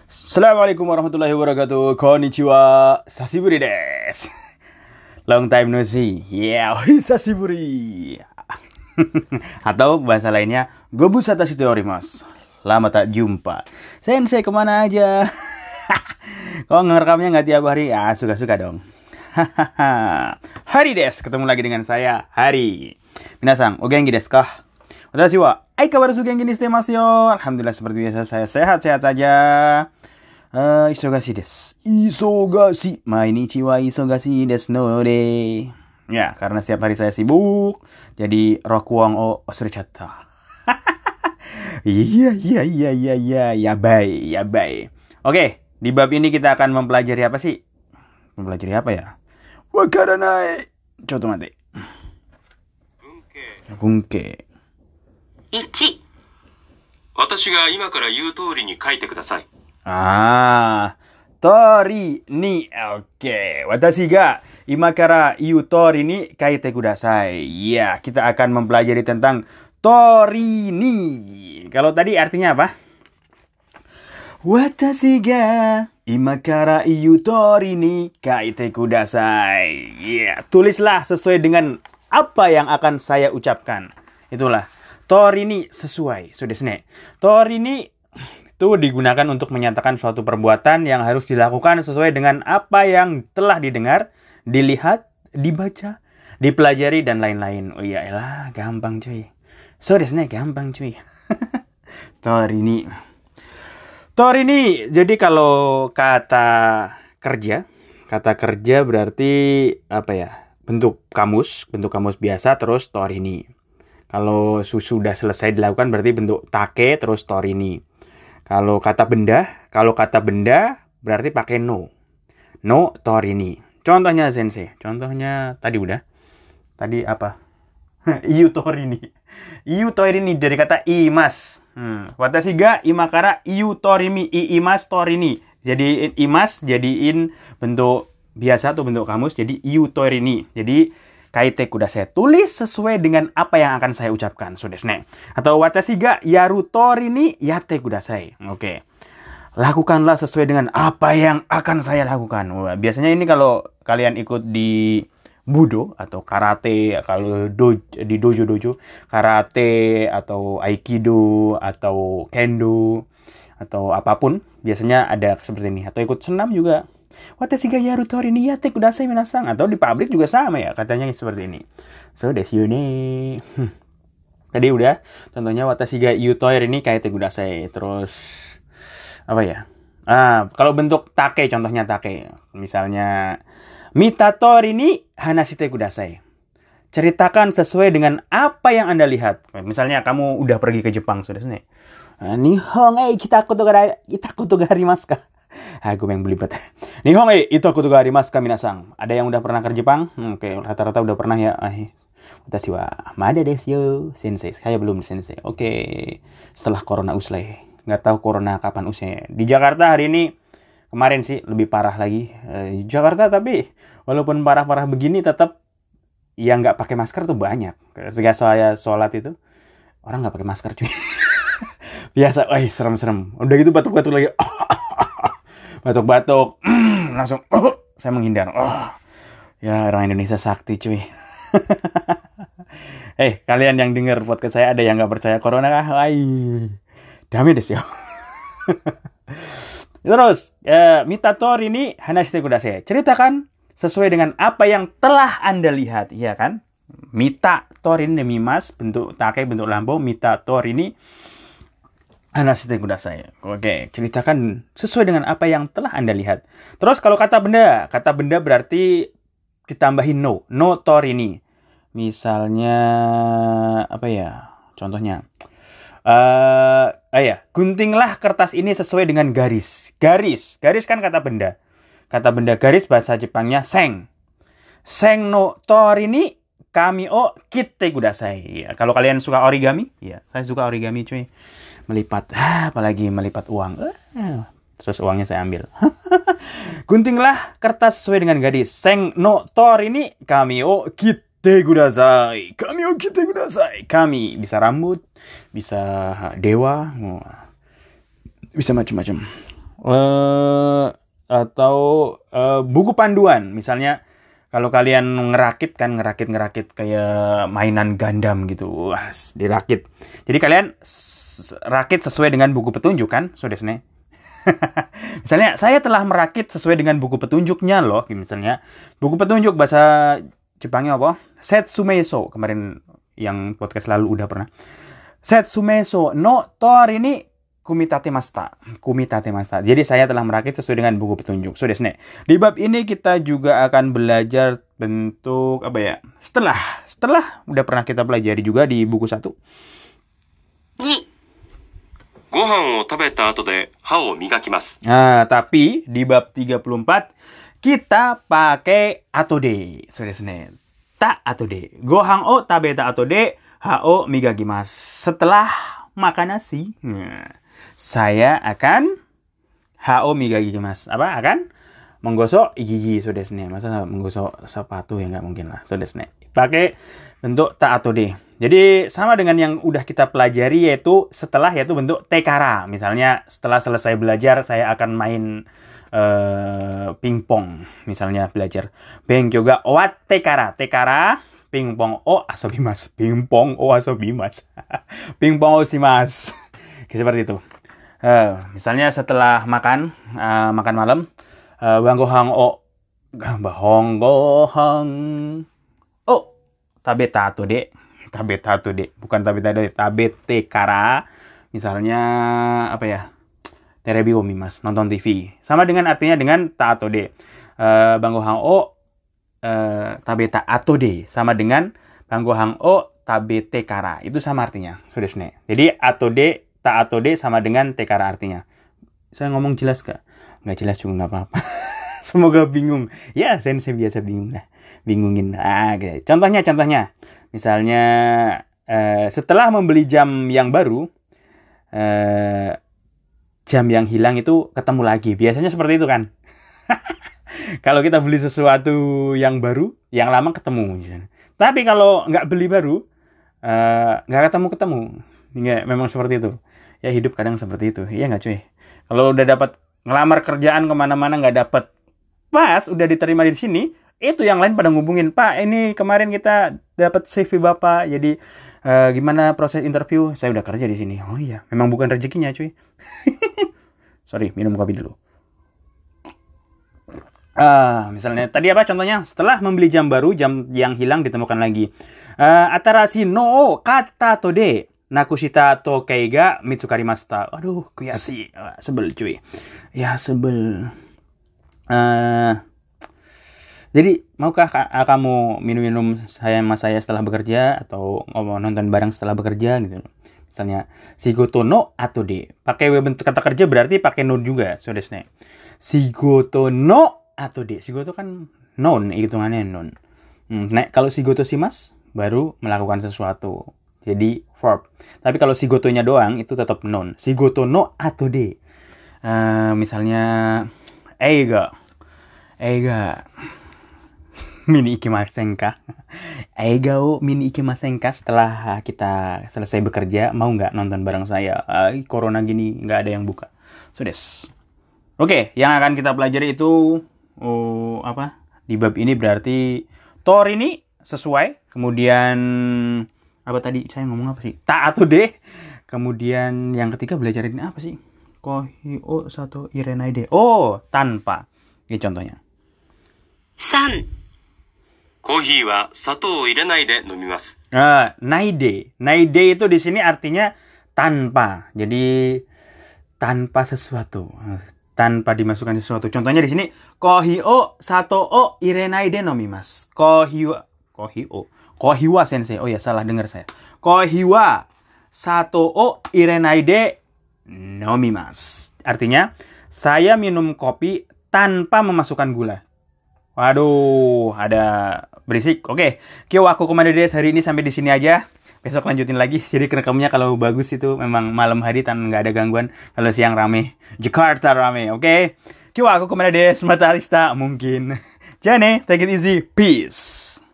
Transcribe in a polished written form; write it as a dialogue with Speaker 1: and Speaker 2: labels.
Speaker 1: Assalamualaikum warahmatullahi wabarakatuh. Konnichiwa. Sashiburi desu. Long time no see. Yeah, sashiburi. Atau bahasa lainnya, Gobusata shiteorimasu. Lama tak jumpa. Sensei kemana aja? Kok ngerekamnya nggak tiap hari? Ah, suka-suka dong. Hari desu. Ketemu lagi dengan saya, Hari. Minasang, o genki desu ka? Watashi wa aikawaru genki ni shite masu yo. Alhamdulillah seperti biasa saya sehat-sehat saja. Isogashi desu. Isogashi. Mainichi wa isogashi desu node. Ya, karena setiap hari saya sibuk. Jadi rokuang o osurechatta. Iya. Yabai. Oke, di bab ini kita akan mempelajari apa sih? Mempelajari apa ya? Wakaranai. Coba mati. Bunke.
Speaker 2: 1、私が今から言う通りに書いてください。
Speaker 1: Tori ni. Oke. Watashi ga ima kara iu tori ni kaite kudasai. Ya, kita akan mempelajari tentang tori ni. Kalau tadi artinya apa? Watashi ga ima kara iu tori ni kaite kudasai. Ya, tulislah sesuai dengan apa yang akan saya ucapkan. Itulah. Tori ni sesuai. So desu ne. Tori ni itu digunakan untuk menyatakan suatu perbuatan yang harus dilakukan sesuai dengan apa yang telah didengar, dilihat, dibaca, dipelajari, dan lain-lain. Oh iya elah, gampang cuy. So desu ne, gampang cuy. Tori ni. Jadi kalau kata kerja berarti apa ya? Bentuk kamus biasa terus tori ni. Kalau sudah selesai dilakukan berarti bentuk take terus tori ni. Kalau kata benda berarti pakai no. No tori ni. Contohnya sensei. Contohnya tadi udah. Tadi apa? Iu tori ni dari kata imas. Watashi ga imakara iu tori ni iimas tori ni. Jadi imas jadiin bentuk biasa atau bentuk kamus jadi iu tori ni. Jadi kaite kudasai, tulis sesuai dengan apa yang akan saya ucapkan. So desu ne. Atau watashi ga yaru tori ni yatte kudasai. Oke. Lakukanlah sesuai dengan apa yang akan saya lakukan. Wah, biasanya ini kalau kalian ikut di budo atau karate, kalau di dojo karate atau aikido atau kendo atau apapun, biasanya ada seperti ini. Atau ikut senam juga. Watashi ga yaru tori ni yatte kudasai minasang. Atau di pabrik juga sama ya, katanya seperti ini. So desu ne. Tadi udah. Contohnya watashi ga iu tori ni kaite kudasai. Terus apa ya? Kalau bentuk take, contohnya take. Misalnya mita tori ni hanashite kudasai. Ceritakan sesuai dengan apa yang Anda lihat. Misalnya kamu udah pergi ke Jepang, sudah sini. Nihon itakoto ga arimasu ka? Aku yang belibet. Nihon itakoto ga arimasu ka minasang? Ada yang udah pernah ke Jepang? Oke, rata-rata udah pernah ya. Watashi wa mada desu yo, sensei. Saya belum sensei. Oke. Setelah corona usai. Nggak tahu corona kapan usai. Di Jakarta hari ini, kemarin sih lebih parah lagi. Jakarta tapi walaupun parah-parah begini tetap yang nggak pakai masker tuh banyak. Ketika saya sholat itu orang nggak pakai masker cuy. Biasa, serem-serem. Udah gitu batuk-batuk lagi. Batuk-batuk. Langsung saya menghindar. Ya orang Indonesia sakti cuy. Kalian yang dengar podcast saya ada yang nggak percaya corona kah? Dami desu yo. Terus, mitatori ni hanashite kudasai. Ceritakan sesuai dengan apa yang telah Anda lihat, iya kan? Mita tori ni mimas, bentuk take, bentuk lampu. Mita tori ni hanashite kudasai. Oke, ceritakan sesuai dengan apa yang telah Anda lihat. Terus kalau kata benda berarti ditambahin no. No tori ni. Misalnya apa ya? Contohnya. Guntinglah kertas ini sesuai dengan garis. Garis kan kata benda. Kata benda garis bahasa Jepangnya seng. Seng no tori ni kami o kitte kudasai. Ya, kalau kalian suka origami, ya, saya suka origami cuy. Melipat, apalagi melipat uang. Terus uangnya saya ambil. Guntinglah kertas sesuai dengan garis. Seng no tori ni kami o kitte kudasai. Kami o kitte kudasai. Kami bisa rambut, bisa dewa, bisa macam-macam. Atau buku panduan. Misalnya kalau kalian ngerakit kayak mainan Gundam gitu. Wah, dirakit. Jadi kalian rakit sesuai dengan buku petunjuk kan? So desu ne. Misalnya saya telah merakit sesuai dengan buku petunjuknya loh. Misalnya buku petunjuk bahasa Jepangnya apa? Setsumeso. Kemarin yang podcast lalu udah pernah. Setsumeso no tori ni kumitate masta. Jadi saya telah merakit sesuai dengan buku petunjuk. So desu ne. Di bab ini kita juga akan belajar bentuk apa ya? Setelah udah pernah kita pelajari juga di buku 1.
Speaker 2: 2、ご飯を食べた後で歯を磨きます。
Speaker 1: Nah, tapi di bab 34 kita pakai atode. So desu ne. Ta atode. Gohan o tabeta atode ha o migakimasu. Setelah makan nasi, saya akan ha o migakimasu. Apa? Akan menggosok gigi. So desu ne. Masa menggosok sepatu ya nggak mungkin lah. So desu ne. Pakai bentuk ta atode. Jadi sama dengan yang udah kita pelajari yaitu bentuk tekara. Misalnya setelah selesai belajar saya akan main pingpong. Misalnya belajar benkyou ga owatte kara tekara pingpong o asobimasu. Pingpong o asobimasu. Pingpong o shimasu. Seperti itu. Misalnya setelah makan malam bangohan o tabeta atode. Bukan tabeta atode, tabete kara. Misalnya apa ya? Terebi o mimasu, nonton TV. Sama dengan artinya dengan ta atode. Bangohan o tabeta atode sama dengan bangohan o tabete kara. Itu sama artinya. So desu ne. Jadi atode, ta atode sama dengan tekara artinya. Saya ngomong jelas gak? Nggak jelas juga nggak apa-apa. Semoga bingung. Ya, sensei biasa bingung lah. Bingungin. Okay. Contohnya. Misalnya setelah membeli jam yang baru, jam yang hilang itu ketemu lagi. Biasanya seperti itu kan. Kalau kita beli sesuatu yang baru, yang lama ketemu. Tapi kalau nggak beli baru, nggak ketemu. Nggak, memang seperti itu. Ya hidup kadang seperti itu. Iya nggak cuy? Kalau udah dapat ngelamar kerjaan kemana-mana nggak dapat, pas udah diterima di sini, itu yang lain pada ngubungin, Pak, ini kemarin kita dapat CV Bapak, jadi gimana proses interview? Saya udah kerja di sini. Oh iya, memang bukan rezekinya, cuy. Sorry, minum kopi dulu. Misalnya tadi apa contohnya? Setelah membeli jam baru, jam yang hilang ditemukan lagi. Atarashi no kata tode nakushita tokei ga mitsukarimashita. Aduh, kuyasi. Sebel, cuy. Ya, sebel. Jadi, maukah kamu minum sama saya setelah bekerja atau nonton bareng setelah bekerja gitu. Misalnya, shigoto no atode. Pakai bentuk kata kerja berarti pakai no juga. So desu ne. Shigoto no atode. Shigoto kan non, hitungannya non. Nah, kalau shigoto shimasu baru melakukan sesuatu. Jadi verb. Tapi kalau shigotonya doang itu tetap non. Shigoto no atode. Misalnya eiga mini ikimasen ka? Eiga o mini ikimasen ka? Setelah kita selesai bekerja, mau nggak nonton bareng saya? Corona gini, nggak ada yang buka. So des. Oke, yang akan kita pelajari itu apa? Di bab ini berarti tori ini sesuai. Kemudian apa tadi? Saya ngomong apa sih? Ta atau de. Kemudian yang ketiga belajar ini apa sih? Kohi o sato irenai de. Oh, tanpa. Ini contohnya.
Speaker 2: 3、コーヒーは砂糖を入れないで飲みます。
Speaker 1: Naide. Naide itu di sini artinya tanpa. Jadi tanpa sesuatu. Tanpa dimasukkan sesuatu. Contohnya di sini kohi o sato o irenai de nomimasu. Kohi wa sensei. Oh ya, salah dengar saya. Kohi wa sato o irenai de nomimasu. Artinya saya minum kopi tanpa memasukkan gula. Waduh, ada berisik. Oke, Kyo aku komando des hari ini sampai di sini aja. Besok lanjutin lagi. Jadi rekamnya kalau bagus itu memang malam hari tan nggak ada gangguan. Kalau siang rame, Jakarta rame. Oke, Kyo aku komando des mata arista mungkin. Jane, take it easy. Peace.